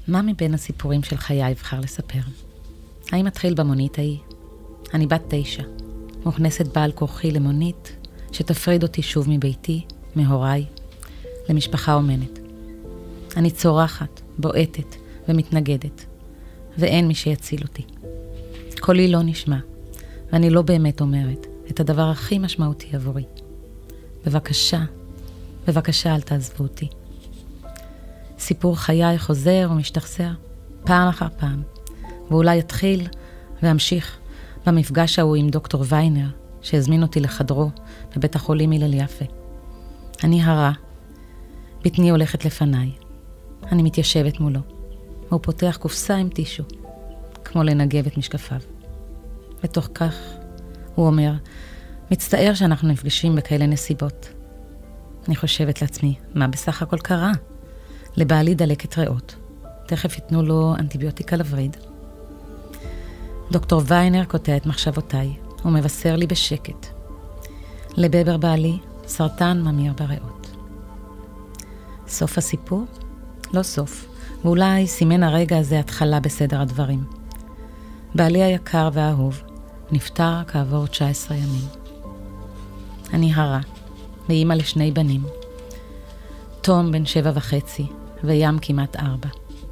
מה מבין הסיפורים של חיי אבחר לספר? האם אתחיל במונית ההיא? אני בת 9, מוכנסת בעל כורחי למונית שתפריד אותי שוב מביתי, מהוריי, למשפחה אומנת. אני צורחת, בועטת ומתנגדת, ואין מי שיציל אותי. קולי לא נשמע, ואני לא באמת אומרת את הדבר הכי משמעותי עבורי. בבקשה, בבקשה אל תעזבו אותי. סיפור חיי חוזר ומשתחזר פעם אחר פעם, ואולי יתחיל ואמשיך במפגש ההוא עם דוקטור ויינר, שהזמין אותי לחדרו בבית החולים הלל יפה. אני הרה, בטני הולכת לפניי. אני מתיישבת מולו, והוא פותח קופסה עם טישו, כמו לנגב את משקפיו. בתוך כך הוא אומר, מצטער שאנחנו נפגשים בכאלה נסיבות. אני חושבת לעצמי, מה בסך הכל קרה? לבעלי דלקת ריאות. תכף ייתנו לו אנטיביוטיקה לווריד. דוקטור ויינר קוטע את מחשבותיי, ומבשר לי בשקט. לבבר בעלי, סרטן ממיר בריאות. סוף הסיפור? לא סוף, ואולי סימן הרגע הזה התחלה בסדר הדברים. בעלי היקר והאהוב נפטר כעבור 19 ימים. אני הרה, ואימא לשני בנים. תום בן 7.5 וים כמעט 4.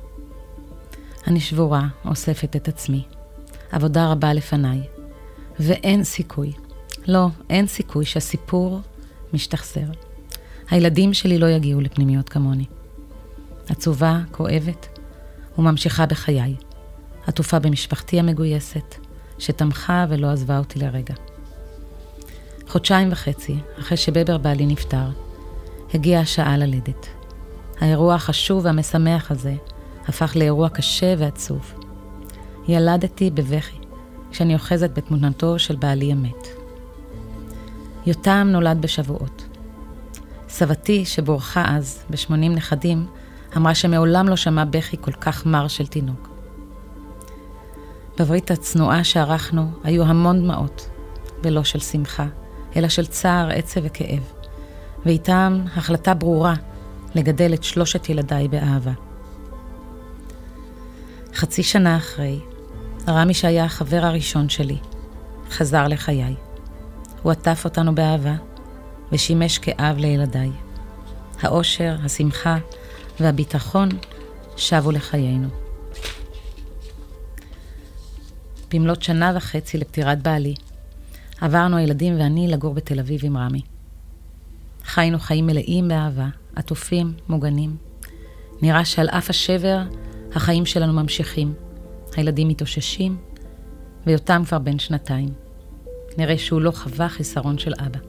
אני שבורה, אוספת את עצמי. עבודה רבה לפניי, ואין סיכוי, לא, אין סיכוי שהסיפור משתחזר. הילדים שלי לא יגיעו לפנימיות כמוני. עצובה, כואבת, וממשיכה בחיי, עטופה במשפחתי המגויסת, שתמכה ולא עזבה אותי לרגע. 1.5 חודשים אחרי שבבר בעלי נפטר, הגיעה השעה ללדת. האירוע החשוב והמשמח הזה הפך לאירוע קשה ועצוב. ילדתי בבכי כשאני אוחזת בתמונתו של בעלי המת. יותם נולד בשבועות. סבתי שבורחה אז ב80 נכדים אמרה שמעולם לא שמע בכי כל כך מר של תינוק. בברית הצנועה שערכנו היו המון דמעות, ולא של שמחה, אלא של צער, עצב וכאב, ואיתם החלטה ברורה לגדל את 3 ילדיי באהבה. 0.5 שנה אחרי, רמי שהיה החבר הראשון שלי, חזר לחיי. הוא עטף אותנו באהבה ושימש כאב לילדיי. האושר, השמחה והביטחון שבו לחיינו. במלאת 1.5 שנה לפטירת בעלי, עברנו הילדים ואני לגור בתל אביב עם רמי. חיינו חיים מלאים באהבה, עטופים, מוגנים. נראה שעל אף השבר, החיים שלנו ממשיכים. הילדים מתאוששים, ויותם כבר בן 2. נראה שהוא לא חווה חיסרון של אבא.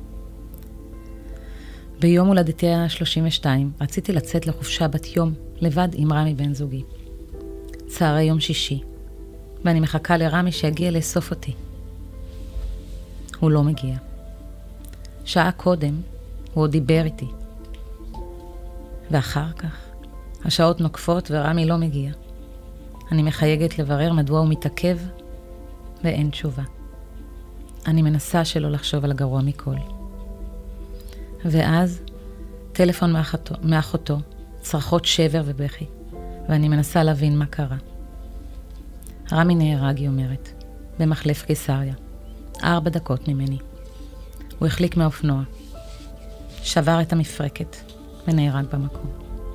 ביום הולדתי ה-32 רציתי לצאת לחופשה בת יום לבד עם רמי בן זוגי. צהרי יום שישי, ואני מחכה לרמי שיגיע לאסוף אותי. הוא לא מגיע. שעה קודם הוא עוד דיבר איתי. ואחר כך השעות נוקפות ורמי לא מגיע. אני מחייגת לברר מדוע הוא מתעכב, ואין תשובה. אני מנסה שלא לחשוב על הגרוע מכל. ואז טלפון מאחותו, צרחות שבר ובכי, ואני מנסה להבין מה קרה. רמי נהרג, היא אומרת, במחלף קיסריה, 4 דקות ממני. הוא החליק מהאופנוע, שבר את המפרקת ונהרג במקום.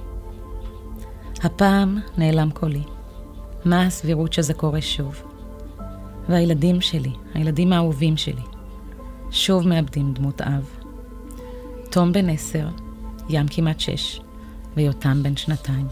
הפעם נעלם קולי. מה הסבירות שזה קורה שוב? והילדים שלי, הילדים האהובים שלי, שוב מאבדים דמות אב. תום בן 10, ים כמעט 6, ויותם בן 2.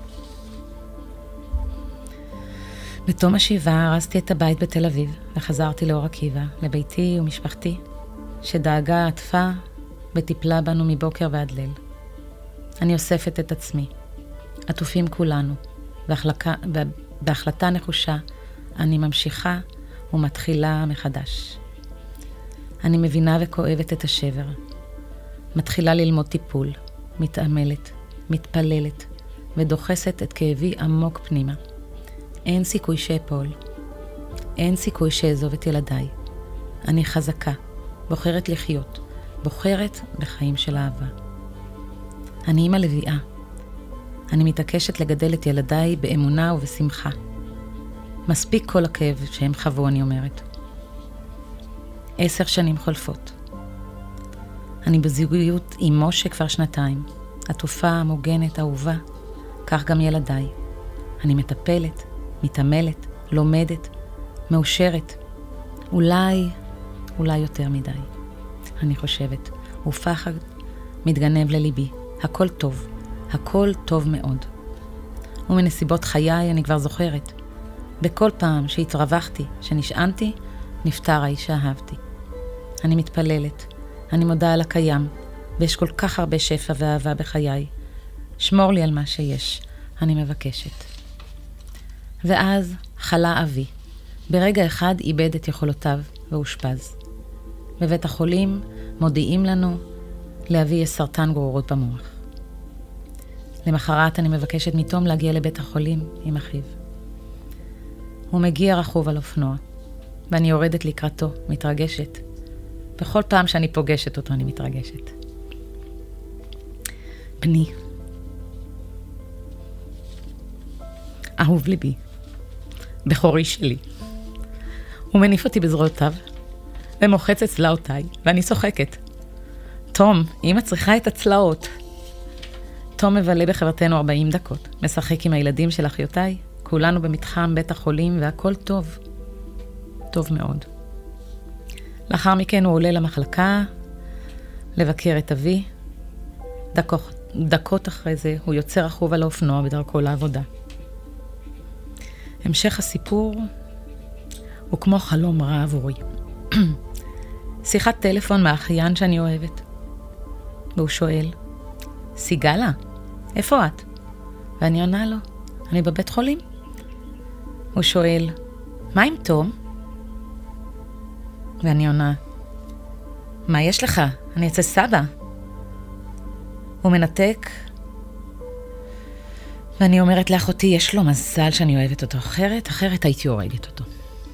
בתום השבעה הרסתי את הבית בתל אביב, וחזרתי לאור עקיבא, לביתי ומשפחתי, שדאגה, עטפה וטיפלה בנו מבוקר ועד ליל. אני אוספת את עצמי, עטופים כולנו, בהחלטה נחושה, אני ממשיכה ומתחילה מחדש. אני מבינה וכואבת את השבר. מתחילה ללמוד טיפול, מתעמלת, מתפללת, ודוחסת את כאבי עמוק פנימה. אין סיכוי שאפול. אין סיכוי שאעזוב את ילדיי. אני חזקה, בוחרת לחיות, בוחרת בחיים של אהבה. אני אמא לביאה. אני מתעקשת לגדל את ילדיי באמונה ובשמחה. מספיק כל הכאב שהם חוו, אני אומרת. 10 שנים חולפות. אני בזוגיות עם משה כבר 2. עטופה, מוגנת, אהובה. כך גם ילדיי. אני מטפלת, מתעמלת, לומדת, מאושרת. אולי יותר מדי. אני חושבת, ופחד מתגנב לליבי. הכל טוב, הכל טוב מאוד. ומנסיבות חיי אני כבר זוכרת. בכל פעם שהתרווחתי, שנשענתי, נפטר האיש שאהבתי. אני מתפללת, אני מודה על הקיים, ויש כל כך הרבה שפע ואהבה בחיי. שמור לי על מה שיש, אני מבקשת. ואז חלה אבי. ברגע אחד איבד את יכולותיו ואושפז. בבית החולים מודיעים לנו לאבי יש סרטן גרורות במוח. למחרת אני מבקשת מתום להגיע לבית החולים עם אחיו. הוא מגיע רכוב על אופנוע, ואני יורדת לקראתו, מתרגשת. בכל פעם שאני פוגשת אותו אני מתרגשת. בני, אהוב ליבי, בכורי שלי. הוא מניף אותי בזרועותיו, ומוחץ את צלעותיי, ואני צוחקת. תום, אמא צריכה את הצלעות. תום מבלה בחברתנו 40 דקות, משחק עם הילדים של אחיותיי, כולנו במתחם בית החולים, והכל טוב. טוב מאוד. לאחר מכן הוא עולה למחלקה, לבקר את אבי. דקות אחרי זה הוא יוצא רכוב על האופנוע בדרכו לעבודה. המשך הסיפור הוא כמו חלום רע עבורי. שיחת טלפון מהאחיין שאני אוהבת. והוא שואל, סיגלה, איפה את? ואני עונה לו, אני בבית חולים. הוא שואל, מה עם תום? ואני עונה, מה יש לך? אני אצל סבא. הוא מנתק, ואני אומרת לאחותי, יש לו מזל שאני אוהבת אותו. אחרת הייתי הורגת אותו.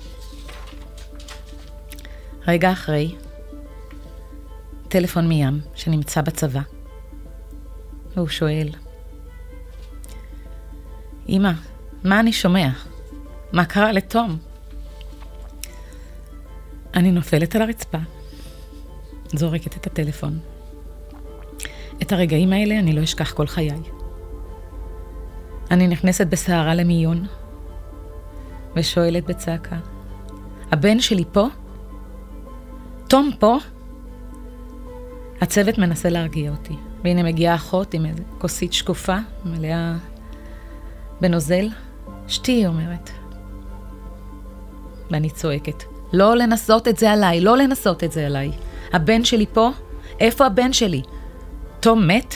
רגע אחרי, טלפון מים שנמצא בצבא. והוא שואל, אמא, מה אני שומע? מה קרה לתום? אני נופלת על הרצפה, זורקת את הטלפון. את הרגעים האלה אני לא אשכח כל חיי. אני נכנסת בסערה למיון, ושואלת בצעקה, הבן שלי פה? תום פה? הצוות מנסה להרגיע אותי, והנה מגיעה אחות עם איזה כוסית שקופה, מלאה בנוזל. שתי, היא אומרת. ואני צועקת, לא לנסות את זה עליי, לא לנסות את זה עליי. הבן שלי פה? איפה הבן שלי? תום מת?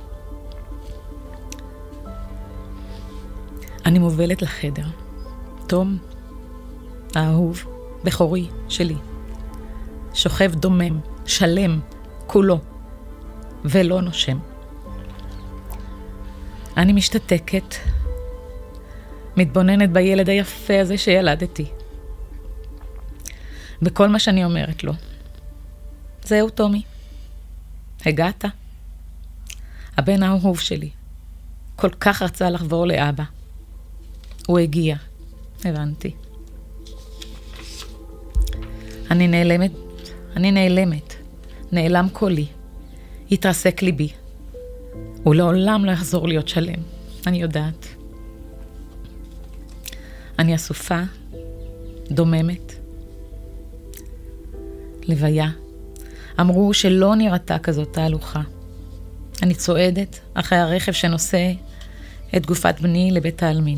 אני מובלת לחדר. תום, האהוב, בכורי שלי, שוכב דומם, שלם, כולו, ולא נושם. אני משתתקת, מתבוננת בילד היפה הזה שילדתי. בכל מה שאני אומרת לו, זהו תומי, הגעת. הבן האהוב שלי, כל כך רצה לחבור לאבא. הוא הגיע, הבנתי. אני נעלמת, נעלם קולי, התרסק ליבי. הוא לעולם לא יחזור להיות שלם, אני יודעת. אני אסופה, דוממת. לוויה. אמרו שלא נראתה כזאת תהלוכה. אני צועדת אחרי הרכב שנושא את גופת בני לבית העלמין.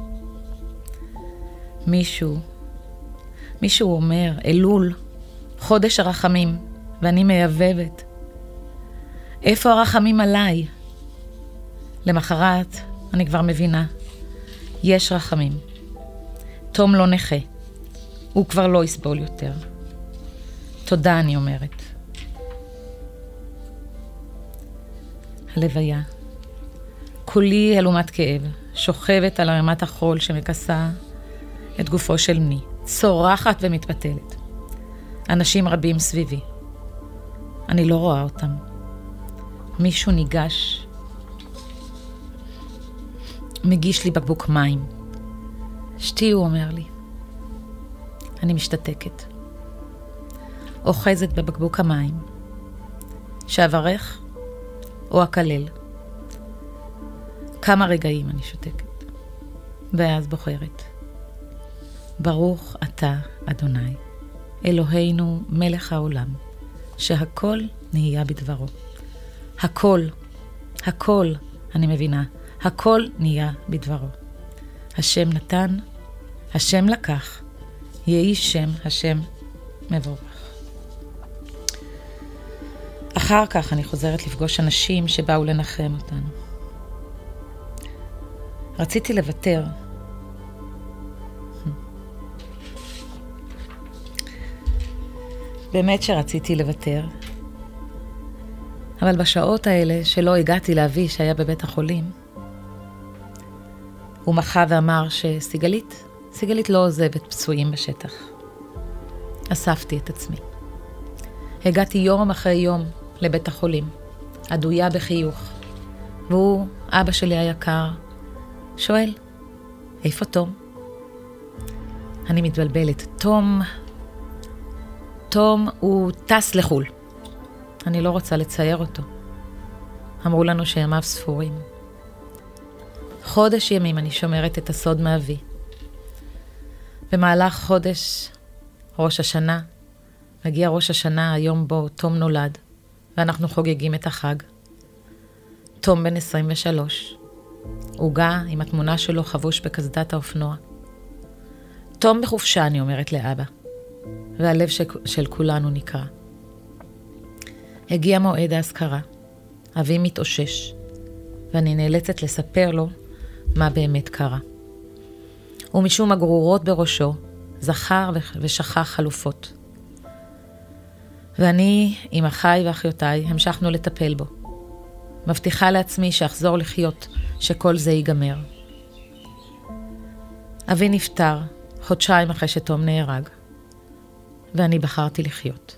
מישהו אומר, אלול, חודש הרחמים, ואני מייבבת. איפה הרחמים עליי? למחרת אני כבר מבינה, יש רחמים. תום לא נכה, הוא כבר לא יסבול יותר. תודה, אני אומרת. הלוויה. כולי הלומת כאב, שוכבת על ערימת החול שמכסה את גופו של בני, צורחת ומתפתלת. אנשים רבים סביבי. אני לא רואה אותם. מישהו ניגש מגיש לי בקבוק מים. שתי, הוא אומר לי. אני משתתקת. אוחזת בבקבוק המים. שאברך או אקלל. כמה רגעים אני שותקת. ואז בוחרת. ברוך אתה, אדוני, אלוהינו מלך העולם, שהכל נהיה בדברו. הכל, אני מבינה, הכל נהיה בדברו. השם נתן, השם לקח, יהי שם השם מבורך. אחר כך אני חוזרת לפגוש אנשים שבאו לנחם אותנו. רציתי לוותר. באמת שרציתי לוותר. אבל בשעות האלה שלא הגעתי לאבי שהיה בבית החולים, הוא מחה ואמר שסיגלית לא עוזבת פצועים בשטח. אספתי את עצמי. הגעתי יום אחרי יום לבית החולים, עדויה בחיוך, והוא, אבא שלי היקר, שואל, איפה תום? אני מתבלבלת. תום הוא טס לחול. אני לא רוצה לצייר אותו. אמרו לנו שימיו ספורים. חודש ימים אני שומרת את הסוד מאבי. במהלך חודש ראש השנה, מגיע ראש השנה, היום בו תום נולד, ואנחנו חוגגים את החג. תום בן 23, עוגה עם התמונה שלו חבוש בקסדת האופנוע. תום בחופשה, אני אומרת לאבא, והלב של כולנו נקרא. הגיע מועד ההזכרה, אבי מתאושש, ואני נאלצת לספר לו מה באמת קרה. ומשום הגרורות בראשו, זכר ושכח חלופות. ואני, עם אחיי ואחיותיי, המשכנו לטפל בו. מבטיחה לעצמי שאחזור לחיות, שכל זה ייגמר. אבי נפטר, חודשיים אחרי שתום נהרג, ואני בחרתי לחיות.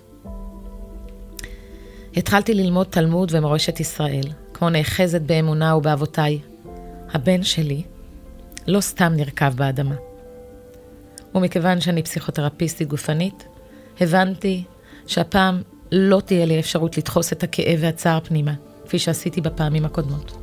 התחלתי ללמוד תלמוד ומורשת ישראל, כמו נאחזת באמונה ובאבותיי. הבן שלי לא סתם נרכב באדמה. ומכיוון שאני פסיכותרפיסטית גופנית, הבנתי שהפעם לא תהיה לי אפשרות לדחוס את הכאב והצער פנימה, כפי שעשיתי בפעמים הקודמות.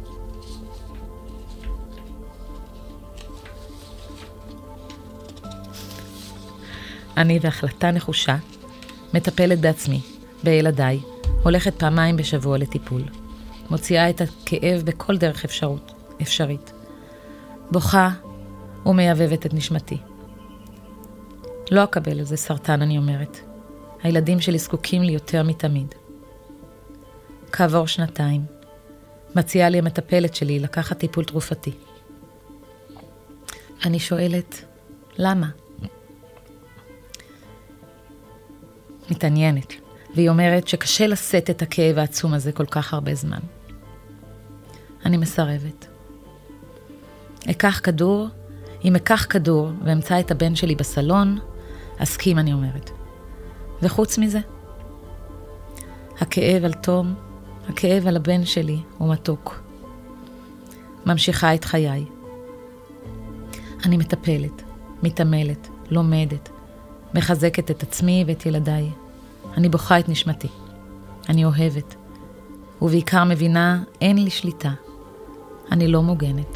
אני בהחלטה נחושה, מטפלת בעצמי, בילדיי, הולכת פעמיים בשבוע לטיפול, מוציאה את הכאב בכל דרך אפשרית, בוכה ומייבבת את נשמתי. לא אקבל על זה סרטן, אני אומרת. הילדים שלי זקוקים לי יותר מתמיד. כעבור 2 מציעה לי המטפלת שלי לקחת טיפול תרופתי. אני שואלת, למה? מתעניינת, והיא אומרת שקשה לשאת את הכאב העצום הזה כל כך הרבה זמן. אני מסרבת. אם אקח כדור ואמצא את הבן שלי בסלון, אסכים, אני אומרת. וחוץ מזה, הכאב על תום, הכאב על הבן שלי הוא מתוק. ממשיכה את חיי. אני מטפלת, מתעמלת, לומדת, מחזקת את עצמי ואת ילדיי. אני בוכה את נשמתי. אני אוהבת. ובעיקר מבינה, אין לי שליטה. אני לא מוגנת.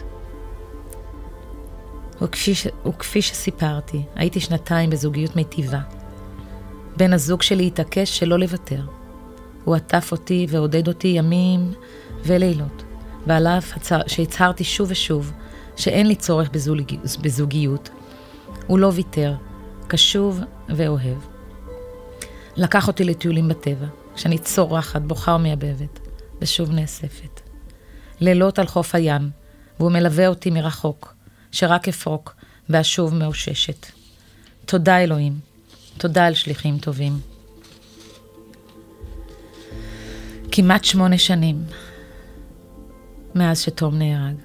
וכפי שסיפרתי, הייתי 2 בזוגיות מיטיבה. בן הזוג שלי התעקש שלא לוותר. הוא עטף אותי ועודד אותי ימים ולילות. ועל אף שהצהרתי שוב ושוב שאין לי צורך בזוגיות, הוא לא ויתר, קשוב ואוהב. לקח אותי לטיולים בטבע, כשאני צורחת, בוכה ומייבבת, ושוב נאספת. לילות על חוף הים, והוא מלווה אותי מרחוק, שרק אפרוק ואשוב מאוששת. תודה אלוהים, תודה על שליחים טובים. כמעט 8 שנים מאז שתום נהרג.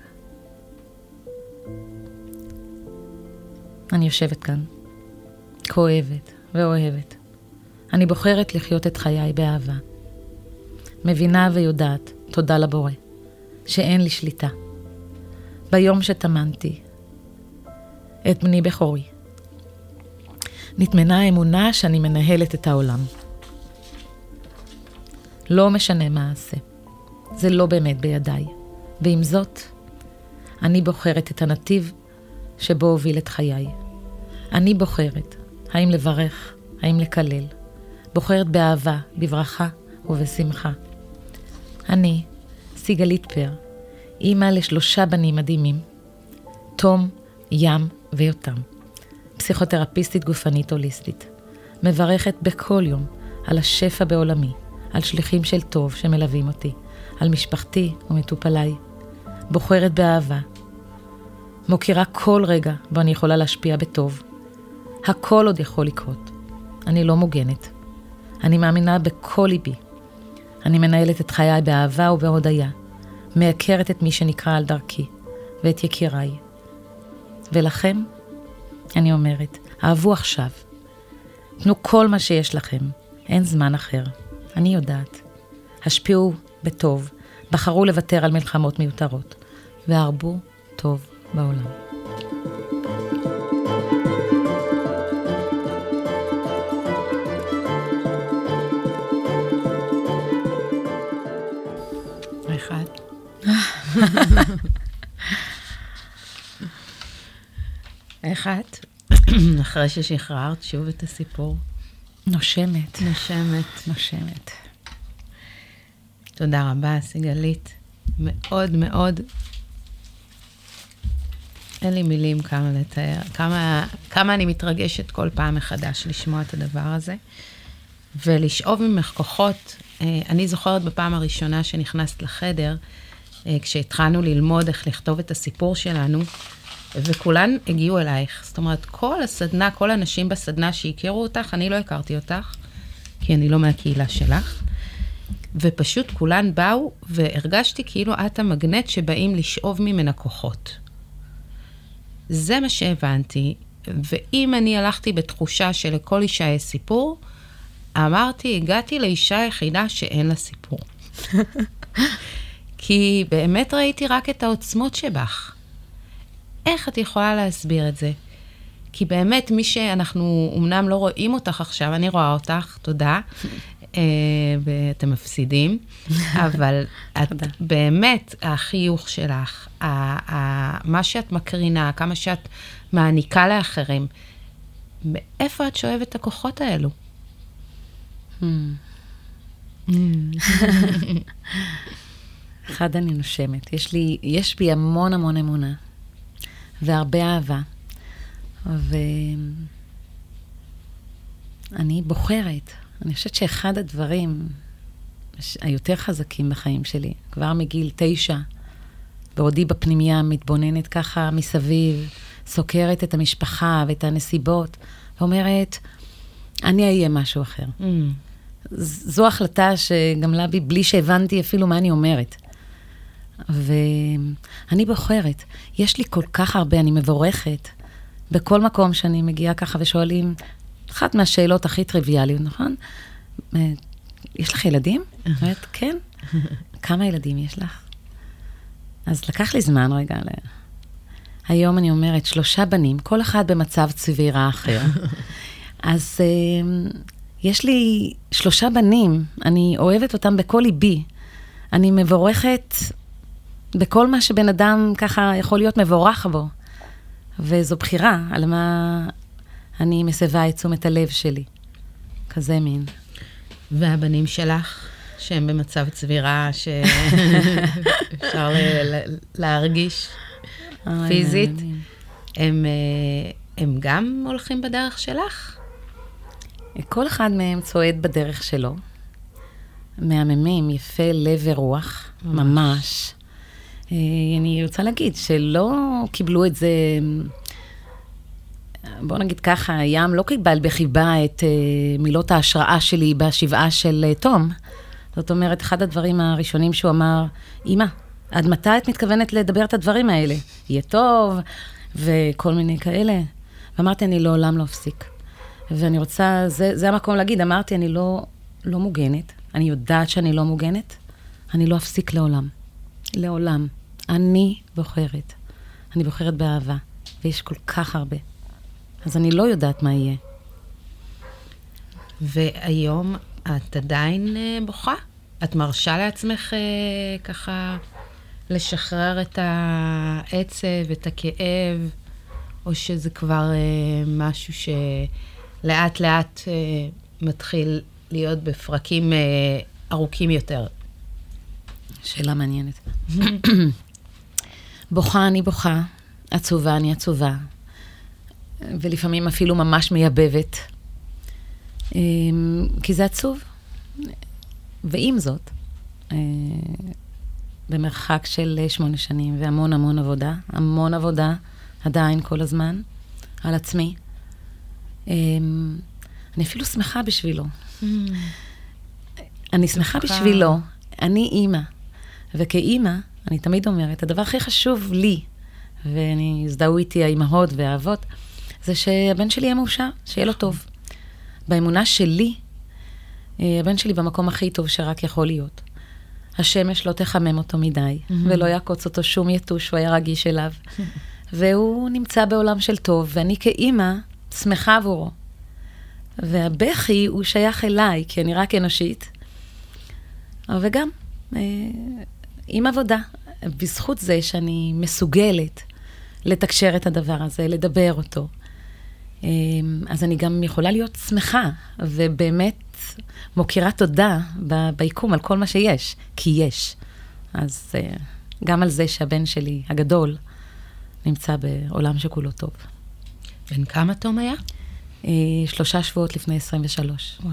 אני יושבת כאן, כואבת ואוהבת. אני בוחרת לחיות את חיי באהבה. מבינה ויודעת, תודה לבורא, שאין לי שליטה. ביום שתמנתי את בני בכורי, נתמנה האמונה שאני מנהלת את העולם. לא משנה מה אעשה. זה לא באמת בידיי. ועם זאת, אני בוחרת את הנתיב שבו הוביל את חיי. אני בוחרת האם לברך, האם לקלל. בוחרת באהבה, בברכה ובשמחה. אני, סיגלית פר, אימא ל3 בנים מדהימים, תום, ים ויותם. פסיכותרפיסטית גופנית הוליסטית. מברכת בכל יום על השפע בעולמי, על שליחים של טוב שמלווים אותי, על משפחתי ומטופליי. בוחרת באהבה. מוקירה כל רגע בו אני יכולה להשפיע בטוב. הכל עוד יכול לקרות. אני לא מוגנת. אני מאמינה בכל ליבי. אני מנהלת את חיי באהבה ובהודיה. מעקרת את מי שנקרא על דרכי ואת יקיריי. ולכם אני אומרת, אהבו עכשיו. תנו כל מה שיש לכם. אין זמן אחר. אני יודעת. השפיעו בטוב. בחרו לוותר על מלחמות מיותרות. והרבו טוב בעולם. אחד. איך את? אחרי ששחררת שוב את הסיפור. נושמת. נושמת. תודה רבה, סיגלית. מאוד מאוד, אין לי מילים כמה לתאר, כמה אני מתרגשת כל פעם מחדש לשמוע את הדבר הזה, ולשאוב ממך כוחות. אני זוכרת בפעם הראשונה שנכנסת לחדר, כשהתחלנו ללמוד איך לכתוב את הסיפור שלנו, וכולן הגיעו אלייך. זאת אומרת, כל הסדנה, כל האנשים בסדנה שהכירו אותך, אני לא הכרתי אותך, כי אני לא מהקהילה שלך, ופשוט כולן באו, והרגשתי כאילו את המגנט שבאים לשאוב ממנה כוחות. זה מה שהבנתי, ואם אני הלכתי בתחושה שלכל אישה יש סיפור, אמרתי, הגעתי לאישה היחידה שאין לה סיפור. כי באמת ראיתי רק את העוצמות שבך. איך את יכולה להסביר את זה? כי באמת מי שאנחנו אמנם לא רואים אותך עכשיו, אני רואה אותך, תודה, ואתם מפסידים, אבל את באמת, החיוך שלך, מה שאת מקרינה, כמה שאת מעניקה לאחרים, מאיפה את שואבת את הכוחות האלו? אחד, אני נושמת. יש בי המון אמונה, והרבה אהבה, ואני בוחרת. אני חושבת שאחד הדברים היותר חזקים בחיים שלי, כבר מגיל 9, בעודי בפנימיה, מתבוננת ככה מסביב, סוקרת את המשפחה ואת הנסיבות, ואומרת, אני אהיה משהו אחר. זו החלטה שגמלה בי בלי שהבנתי אפילו מה אני אומרת. ואני בוחרת. יש לי כל כך הרבה, אני מבורכת. בכל מקום שאני מגיעה ככה ושואלים, אחת מהשאלות הכי טריוויאליות, נכון? יש לך ילדים? אומרת, כן. כמה ילדים יש לך? אז לקח לי זמן רגע. היום אני אומרת, 3 בנים, כל אחד במצב צבירה אחר. אז יש לי 3 בנים, אני אוהבת אותם בכל ליבי. אני מבורכת בכל מה שבן אדם ככה יכול להיות מבורך בו. וזו בחירה על מה אני מסבה את תשומת הלב שלי. כזה מין. והבנים שלך, שהם במצב צבירה, שאפשר להרגיש פיזית, הם גם הולכים בדרך שלך? כל אחד מהם צועד בדרך שלו. מהממים, יפה לב ורוח, ממש. אני רוצה להגיד שלא קיבלו את זה, בוא נגיד ככה, ים לא קיבל בחיבה את מילות ההשראה שלי בשבעה של תום. זאת אומרת, אחד הדברים הראשונים שהוא אמר, אמא, עד מתי את מתכוונת לדבר את הדברים האלה? יהיה טוב, וכל מיני כאלה. ואמרתי, אני לעולם לא אפסיק. ואני רוצה, זה המקום להגיד, אמרתי, אני לא מוגנת, אני יודעת שאני לא מוגנת, אני לא אפסיק לעולם. לעולם. אני בוחרת. אני בוחרת באהבה, ויש כל כך הרבה. אז אני לא יודעת מה יהיה. והיום את עדיין בוכה? את מרשה לעצמך ככה לשחרר את העצב, את הכאב, או שזה כבר משהו שלאט לאט מתחיל להיות בפרקים ארוכים יותר? שאלה מעניינת. בוכה אני בוכה, עצובה אני עצובה, ולפעמים אפילו ממש מייבבת, כי זה עצוב. ועם זאת, במרחק של 8 שנים והמון המון עבודה, עדיין כל הזמן, על עצמי, אני אפילו שמחה בשבילו. אני שמחה בשבילו. אני אימא. וכאימא, אני תמיד אומרת, הדבר הכי חשוב לי, ואני הזדהו איתי האימהות והאבות, זה שהבן שלי יהיה מאושר, שיהיה לו טוב. באמונה שלי, הבן שלי במקום הכי טוב שרק יכול להיות. השמש לא תחמם אותו מדי, ולא יעקוץ אותו שום יתוש, הוא היה רגיש אליו. והוא נמצא בעולם של טוב, ואני כאימא שמחה עבורו. והבכי הוא שייך אליי, כי אני רק אנושית. וגם עם עבודה, בזכות זה שאני מסוגלת לתקשר את הדבר הזה, לדבר אותו. אז אני גם יכולה להיות שמחה, ובאמת מוקירה תודה ביקום על כל מה שיש, כי יש. אז גם על זה שהבן שלי הגדול נמצא בעולם שכולו טוב. בן כמה תום היה? 3 שבועות לפני 23. וואו.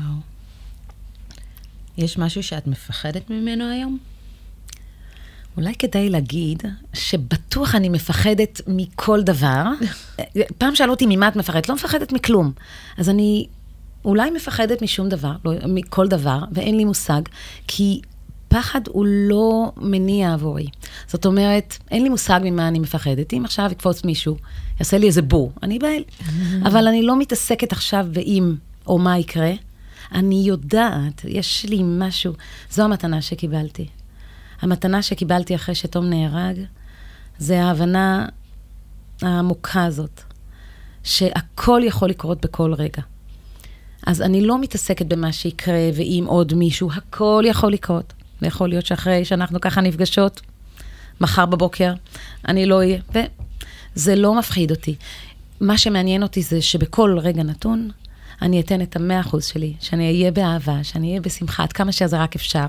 יש משהו שאת מפחדת ממנו היום? אולי כדאי להגיד שבטוח אני מפחדת מכל דבר. פעם שאלו אותי ממה את מפחדת? לא מפחדת מכלום. אז אני אולי מפחדת משום דבר, לא, מכל דבר, ואין לי מושג, כי פחד הוא לא מניע עבורי. זאת אומרת, אין לי מושג ממה אני מפחדת. אם עכשיו יקפוץ מישהו, יעשה לי איזה בור, אני בעל. אבל אני לא מתעסקת עכשיו באם או מה יקרה. אני יודעת, יש לי משהו, זו המתנה שקיבלתי. המתנה שקיבלתי אחרי שתום נהרג, זה ההבנה העמוקה הזאת, שהכל יכול לקרות בכל רגע. אז אני לא מתעסקת במה שיקרה, ואם עוד מישהו, הכל יכול לקרות. ויכול להיות שאחרי שאנחנו ככה נפגשות, מחר בבוקר, אני לא אהיה, וזה לא מפחיד אותי. מה שמעניין אותי זה שבכל רגע נתון, אני אתן את 100% שלי, שאני אהיה באהבה, שאני אהיה בשמחה, עד כמה שזה רק אפשר,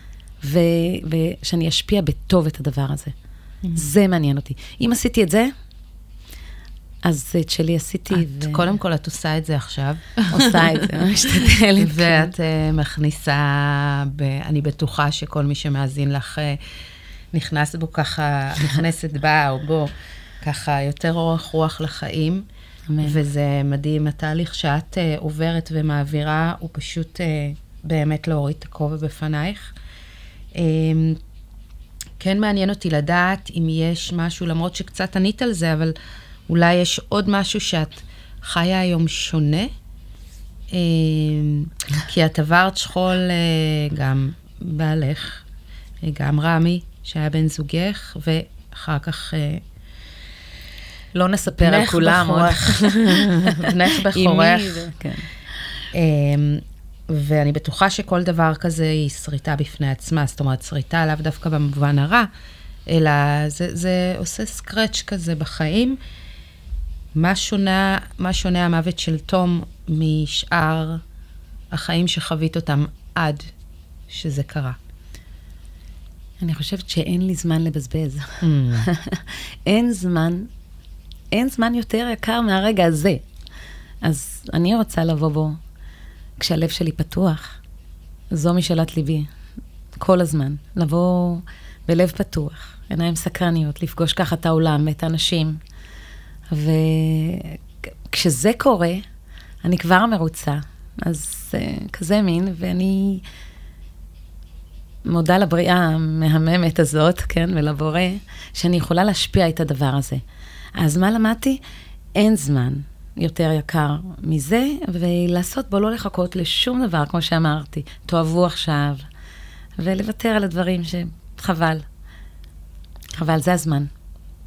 ושאני אשפיע בטוב את הדבר הזה. זה מעניין אותי. אם עשיתי את זה, אז את שלי עשיתי. קודם כל, את עושה את זה עכשיו. עושה את זה, משתדלת. ואת מכניסה, אני בטוחה שכל מי שמאזין לך, נכנסת בה או בו, ככה יותר אורך רוח לחיים. וזה מדהים, התהליך שאת עוברת ומעבירה, הוא פשוט באמת להוריד את הכובע בפנייך. כן מעניין אותי לדעת אם יש משהו, למרות שקצת ענית על זה, אבל אולי יש עוד משהו שאת חיה היום שונה, כי את עברת שכול גם בעלך, גם רמי, שהיה בן זוגך, ואחר כך לא נספר על כולם. בנך בחורך. ואני בטוחה שכל דבר כזה היא שריטה בפני עצמה, זאת אומרת, שריטה לאו דווקא במובן הרע, אלא זה עושה סקרץ' כזה בחיים. מה שונה המוות של תום משאר החיים שחווית אותם עד שזה קרה? אני חושבת שאין לי זמן לבזבז. אין זמן יותר יקר מהרגע הזה. אז אני רוצה לבוא בו כשהלב שלי פתוח. זו משאלת ליבי. כל הזמן. לבוא בלב פתוח. עיניים סקרניות. לפגוש ככה את העולם ואת האנשים. וכשזה קורה, אני כבר מרוצה. אז כזה מין, ואני מודה לבריאה המהממת הזאת, כן, ולבורא, שאני יכולה להשפיע את הדבר הזה. אז מה למדתי? אין זמן יותר יקר מזה, ולעשות בו לא לחכות לשום דבר, כמו שאמרתי, תאהבו עכשיו, ולוותר על הדברים שחבל. חבל, זה הזמן.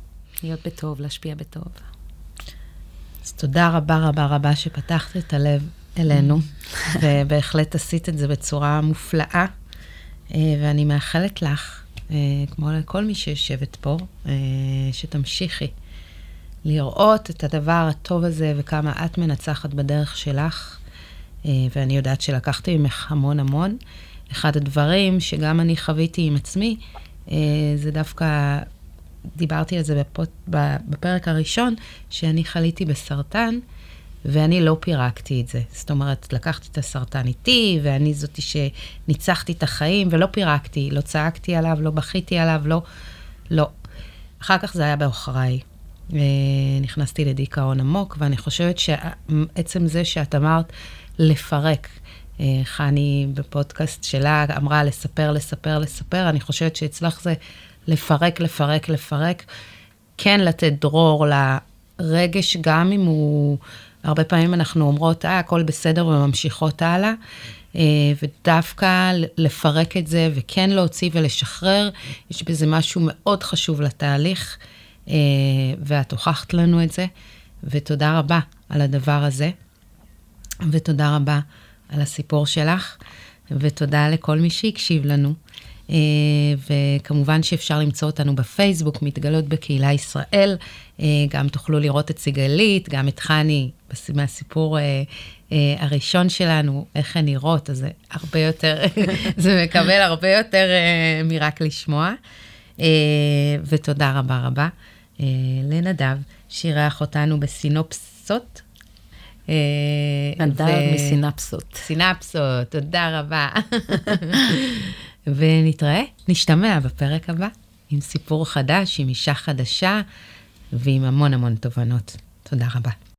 להיות בטוב, להשפיע בטוב. אז תודה רבה רבה רבה שפתחת את הלב אלינו, ובהחלט עשית את זה בצורה מופלאה, ואני מאחלת לך, כמו לכל מי שיושבת פה, שתמשיכי לראות את הדבר הטוב הזה, וכמה את מנצחת בדרך שלך, ואני יודעת שלקחתי ממך המון המון. אחד הדברים שגם אני חוויתי עם עצמי, זה דווקא, דיברתי על זה בפרק הראשון, שאני חליתי בסרטן, ואני לא פירקתי את זה. זאת אומרת, לקחתי את הסרטן איתי, ואני זאתי שניצחתי את החיים, ולא פירקתי, לא צעקתי עליו, לא בכיתי עליו, לא. אחר כך זה היה באחריי. נכנסתי לדיכאון עמוק, ואני חושבת שעצם זה שאת אמרת לפרק, חני בפודקאסט שלה אמרה לספר, אני חושבת שאצלך זה לפרק, כן לתת דרור לרגש, גם אם הוא, הרבה פעמים אנחנו אומרות, הכל בסדר וממשיכות הלאה, ודווקא לפרק את זה, וכן להוציא ולשחרר, יש בזה משהו מאוד חשוב לתהליך, ואת הוכחת לנו את זה, ותודה רבה על הדבר הזה, ותודה רבה על הסיפור שלך, ותודה לכל מי שהקשיב לנו, וכמובן שאפשר למצוא אותנו בפייסבוק, מתגלות בקהילה ישראל, גם תוכלו לראות את סיגלית, גם את חני, מהסיפור הראשון שלנו, איך הן נראות, אז זה הרבה יותר, זה מקבל הרבה יותר מרק לשמוע, ותודה רבה רבה לנדב, שירח אותנו בסינופסות, נדב מסינפסות. סינפסות, תודה רבה. ונתראה, נשתמע בפרק הבא, עם סיפור חדש, עם אישה חדשה, ועם המון המון תובנות. תודה רבה.